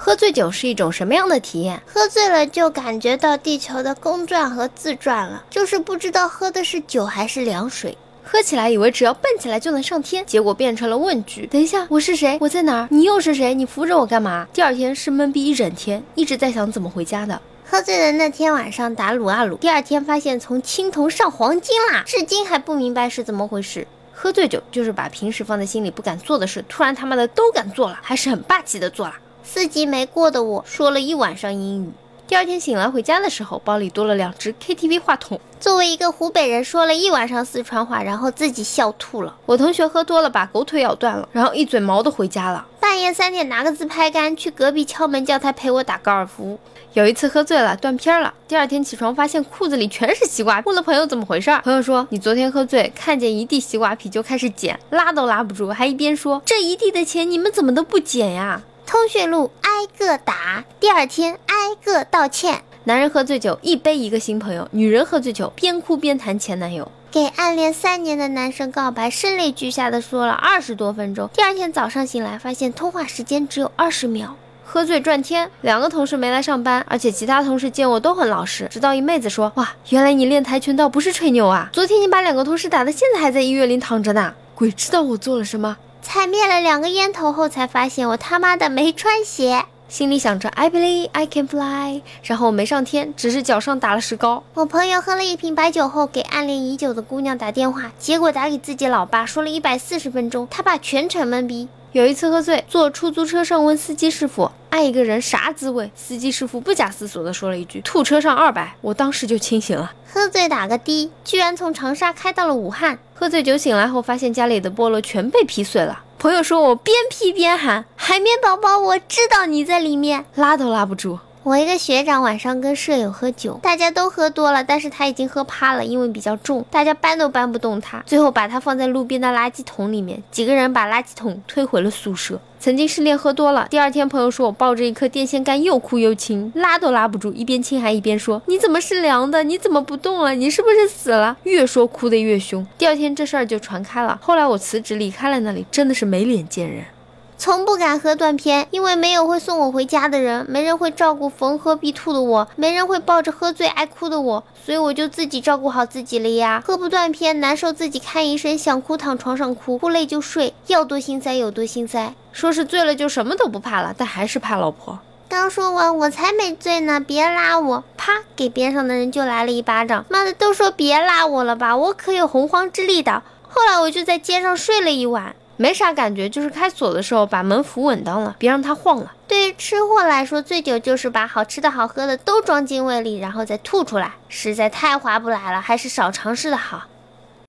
喝醉酒是一种什么样的体验？ 喝醉了就感觉到地球的公转和自转了，就是不知道喝的是酒还是凉水。 喝起来以为只要蹦起来就能上天，结果变成了问句。等一下，我是谁？我在哪儿？你又是谁？你扶着我干嘛？第二天是闷逼一整天，一直在想怎么回家的。 喝醉的那天晚上打撸啊撸，第二天发现从青铜上黄金啦，至今还不明白是怎么回事。 喝醉酒就是把平时放在心里不敢做的事，突然他妈的都敢做了，还是很霸气的做了。 4级没过的我说了一晚上英语。 第二天醒来回家的时候，包里多了2只 KTV 话筒。 作为一个湖北人，说了一晚上四川话，然后自己笑吐了。 我同学喝多了把狗腿咬断了，然后一嘴毛的回家了。 半夜3点拿个自拍杆去隔壁敲门叫他陪我打高尔夫。 有一次喝醉了断片了，第二天起床发现裤子里全是西瓜，问了朋友怎么回事，朋友说你昨天喝醉看见一地西瓜皮就开始捡，拉都拉不住，还一边说这一地的钱你们怎么都不捡呀。 通讯录挨个打，第二天挨个道歉。 男人喝醉酒一杯一个新朋友，女人喝醉酒边哭边谈前男友。 给暗恋3年的男生告白，声泪俱下的说了20多分钟，第二天早上醒来发现通话时间只有20秒。 喝醉转天，2个同事没来上班，而且其他同事见我都很老实，直到一妹子说，哇，原来你练跆拳道不是吹牛啊，昨天你把2个同事打的现在还在医院里躺着呢，鬼知道我做了什么。 踩灭了2个烟头后才发现我他妈的没穿鞋， 心里想着 I believe I can fly， 然后没上天，只是脚上打了石膏。 我朋友喝了1瓶白酒后给暗恋已久的姑娘打电话，结果打给自己老爸说了140分钟，他爸全程懵逼。 有一次喝醉坐出租车上问司机师傅爱一个人啥滋味，司机师傅不假思索地说了一句吐车上200，我当时就清醒了。 喝醉打个的，居然从长沙开到了武汉。 喝醉酒醒来后发现家里的菠萝全被劈碎了，朋友说我边劈边喊海绵宝宝我知道你在里面， 拉都拉不住。 我一个学长晚上跟舍友喝酒，大家都喝多了，但是他已经喝趴了，因为比较重，大家搬都搬不动他，最后把他放在路边的垃圾桶里面，几个人把垃圾桶推回了宿舍。曾经失恋喝多了，第二天朋友说我抱着一颗电线杆又哭又亲，拉都拉不住，一边亲还一边说你怎么是凉的，你怎么不动了，你是不是死了，越说哭得越凶。第二天这事儿就传开了，后来我辞职离开了那里，真的是没脸见人。 从不敢喝断片，因为没有会送我回家的人，没人会照顾逢喝必吐的我，没人会抱着喝醉爱哭的我，所以我就自己照顾好自己了呀。喝不断片，难受自己看医生，想哭躺床上哭，哭累就睡，要多心塞有多心塞。 说是醉了就什么都不怕了，但还是怕老婆。 刚说完我才没醉呢，别拉我，啪，给边上的人就来了一巴掌。妈的，都说别拉我了吧，我可有洪荒之力的。后来我就在街上睡了一晚， 没啥感觉，就是开锁的时候把门扶稳当了，别让它晃了。 对于吃货来说，醉酒就是把好吃的好喝的都装进胃里，然后再吐出来，实在太划不来了，还是少尝试的好。